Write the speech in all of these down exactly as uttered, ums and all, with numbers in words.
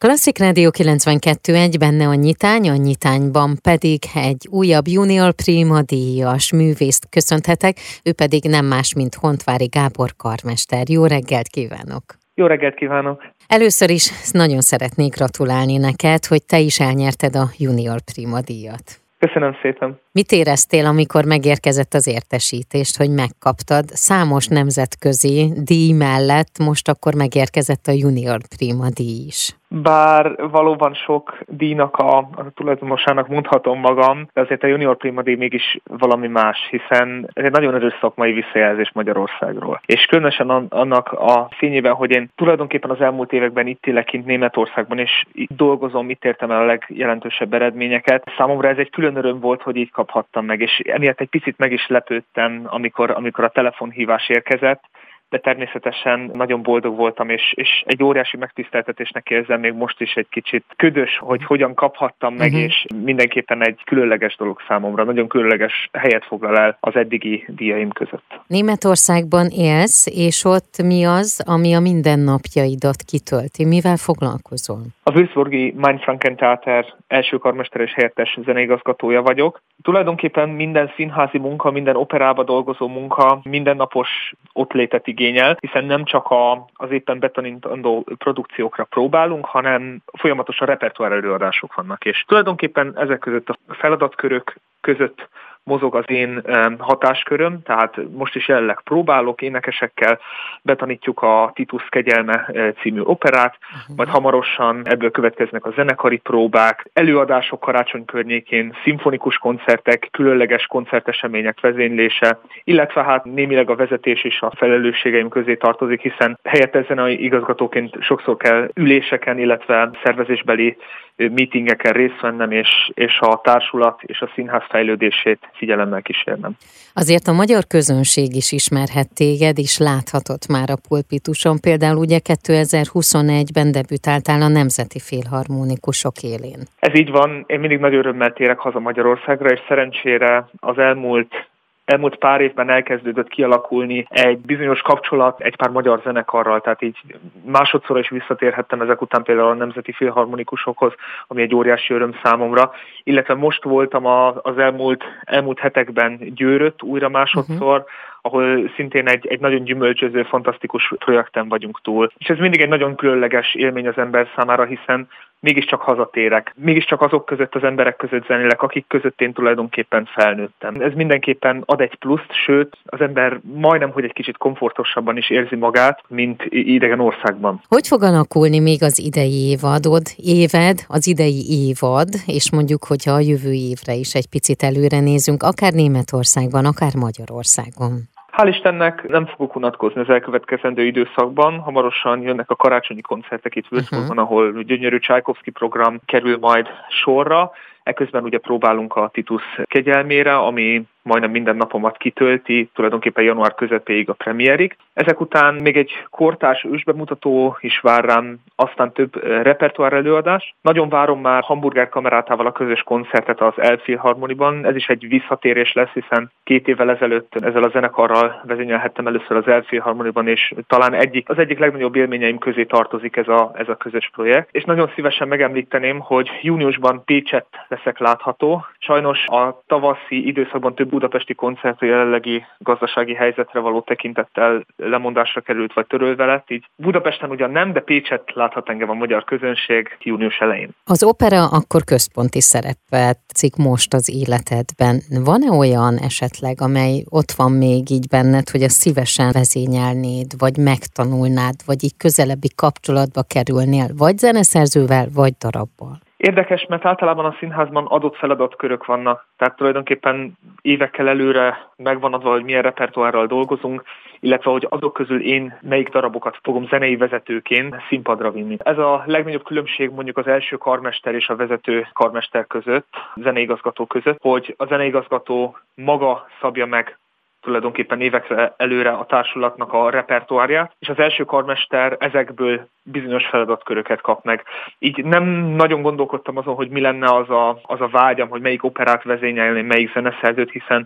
Klasszik Rádió kilencvenkettő egy, benne a nyitány, a nyitányban pedig egy újabb Junior Prima díjas művészt köszönhetek, ő pedig nem más, mint Hontvári Gábor karmester. Jó reggelt kívánok! Jó reggelt kívánok! Először is nagyon szeretnék gratulálni neked, hogy te is elnyerted a Junior Prima díjat. Köszönöm szépen! Mit éreztél, amikor megérkezett az értesítést, hogy megkaptad? Számos nemzetközi díj mellett most akkor megérkezett a Junior Prima díj is. Bár valóban sok díjnak a, a tulajdonosának mondhatom magam, de azért a Junior Prima díj mégis valami más, hiszen ez egy nagyon erős szakmai visszajelzés Magyarországról. És különösen annak a fényében, hogy én tulajdonképpen az elmúlt években itt élek kint Németországban, és itt dolgozom, itt értem el a legjelentősebb eredményeket. Számomra ez egy külön öröm volt, hogy így kaphattam meg, és emiatt egy picit meg is lepődtem, amikor, amikor a telefonhívás érkezett, de természetesen nagyon boldog voltam, és, és egy óriási megtiszteltetésnek érzem még most is egy kicsit ködös, hogy hogyan kaphattam meg, uh-huh. és mindenképpen egy különleges dolog számomra, nagyon különleges helyet foglal el az eddigi díjaim között. Németországban élsz, és ott mi az, ami a mindennapjaidat kitölti? Mivel foglalkozol? A Würzburgi Mainfranken Theater első karmester és helyettes zeneigazgatója vagyok. Tulajdonképpen minden színházi munka, minden operába dolgozó munka mindennapos ottlétet igényel, hiszen nem csak a, az éppen betanítandó produkciókra próbálunk, hanem folyamatosan repertoár előadások vannak. És tulajdonképpen ezek között a feladatkörök között mozog az én hatásköröm, tehát most is jelenleg próbálok, énekesekkel betanítjuk a Titus kegyelme című operát, uh-huh. majd hamarosan ebből következnek a zenekari próbák, előadások karácsony környékén, szimfonikus koncertek, különleges koncertesemények vezénylése, illetve hát némileg a vezetés is a felelősségeim közé tartozik, hiszen helyettes zenei igazgatóként sokszor kell üléseken, illetve szervezésbeli meetingeken részt vennem, és, és a társulat és a színház fejlődését figyelemmel kísérnem. Azért a magyar közönség is ismerhet téged, és láthatott már a pulpituson. Például ugye kétezer-huszonegyben debütáltál a Nemzeti Filharmonikusok élén. Ez így van, én mindig nagy örömmel térek haza Magyarországra, és szerencsére az elmúlt Elmúlt pár évben elkezdődött kialakulni egy bizonyos kapcsolat egy pár magyar zenekarral, tehát így másodszor is visszatérhettem ezek után például a Nemzeti Filharmonikusokhoz, ami egy óriási öröm számomra, illetve most voltam az elmúlt, elmúlt hetekben Győrött újra másodszor, uh-huh. ahol szintén egy, egy nagyon gyümölcsöző, fantasztikus projekten vagyunk túl. És ez mindig egy nagyon különleges élmény az ember számára, hiszen mégiscsak hazatérek, mégiscsak azok között, az emberek között zenélek, akik között én tulajdonképpen felnőttem. Ez mindenképpen ad egy pluszt, sőt, az ember majdnem, hogy egy kicsit komfortosabban is érzi magát, mint idegen országban. Hogy fog alakulni még az idei évadod, éved, az idei évad, és mondjuk, hogyha a jövő évre is egy picit előre nézünk, akár Németországban, akár Magyarországon? Hál' Istennek nem fogok unatkozni az elkövetkezendő időszakban. Hamarosan jönnek a karácsonyi koncertek itt Würzburgban, uh-huh. ahol gyönyörű Csajkovszky program kerül majd sorra. Eközben ugye próbálunk a Titus kegyelmére, ami majdnem minden napomat kitölti, tulajdonképpen január közepéig a premierig. Ezek után még egy kortárs ősbemutató is vár rám, aztán több repertoár előadás. Nagyon várom már Hamburger Kamerátával a közös koncertet az Elbphilharmoniban. Ez is egy visszatérés lesz, hiszen két évvel ezelőtt ezzel a zenekarral vezényelhettem először az Elbphilharmoniban, és talán egyik, az egyik legnagyobb élményeim közé tartozik ez a, ez a közös projekt. És nagyon szívesen megemlíteném, hogy júniusban Pécsett leszek látható. Sajnos a tavaszi időszakban több budapesti koncert a jelenlegi gazdasági helyzetre való tekintettel lemondásra került, vagy törölve lett. Így Budapesten ugyan nem, de Pécsett láthat engem a magyar közönség június elején. Az opera akkor központi szerepet játszik most az életedben. Van-e olyan esetleg, amely ott van még így benned, hogy azt szívesen vezényelnéd, vagy megtanulnád, vagy így közelebbi kapcsolatba kerülnél, vagy zeneszerzővel, vagy darabbal? Érdekes, mert általában a színházban adott feladatkörök vannak, tehát tulajdonképpen évekkel előre megvan adva, hogy milyen repertoárral dolgozunk, illetve hogy azok közül én melyik darabokat fogom zenei vezetőként színpadra vinni. Ez a legnagyobb különbség mondjuk az első karmester és a vezető karmester között, zeneigazgató között, hogy a zeneigazgató maga szabja meg tulajdonképpen évekre előre a társulatnak a repertoárját, és az első karmester ezekből bizonyos feladatköröket kap meg. Így nem nagyon gondolkodtam azon, hogy mi lenne az a, az a vágyam, hogy melyik operát vezényelném, melyik zeneszerzőt, hiszen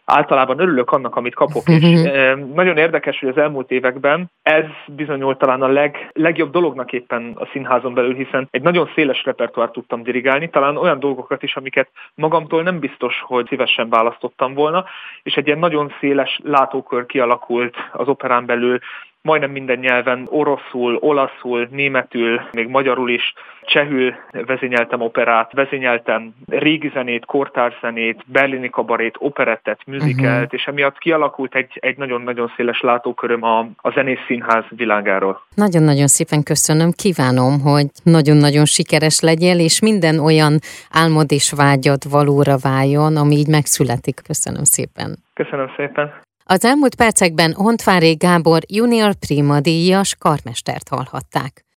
általában örülök annak, amit kapok, és nagyon érdekes, hogy az elmúlt években ez bizonyult talán a leg, legjobb dolognak éppen a színházon belül, hiszen egy nagyon széles repertoárt tudtam dirigálni, talán olyan dolgokat is, amiket magamtól nem biztos, hogy szívesen választottam volna, és egy ilyen nagyon széles látókör kialakult az operán belül, majdnem minden nyelven, oroszul, olaszul, németül, még magyarul is, csehül vezényeltem operát, vezényeltem régi zenét, kortárszenét, berlini kabarét, operettet, musicalt, uh-huh. és emiatt kialakult egy, egy nagyon-nagyon széles látóköröm a, a zenész színház világáról. Nagyon-nagyon szépen köszönöm, kívánom, hogy nagyon-nagyon sikeres legyél, és minden olyan álmod és vágyad valóra váljon, ami így megszületik. Köszönöm szépen. Köszönöm szépen. Az elmúlt percekben Hontváré Gábor junior prima díjas karmestert hallhatták.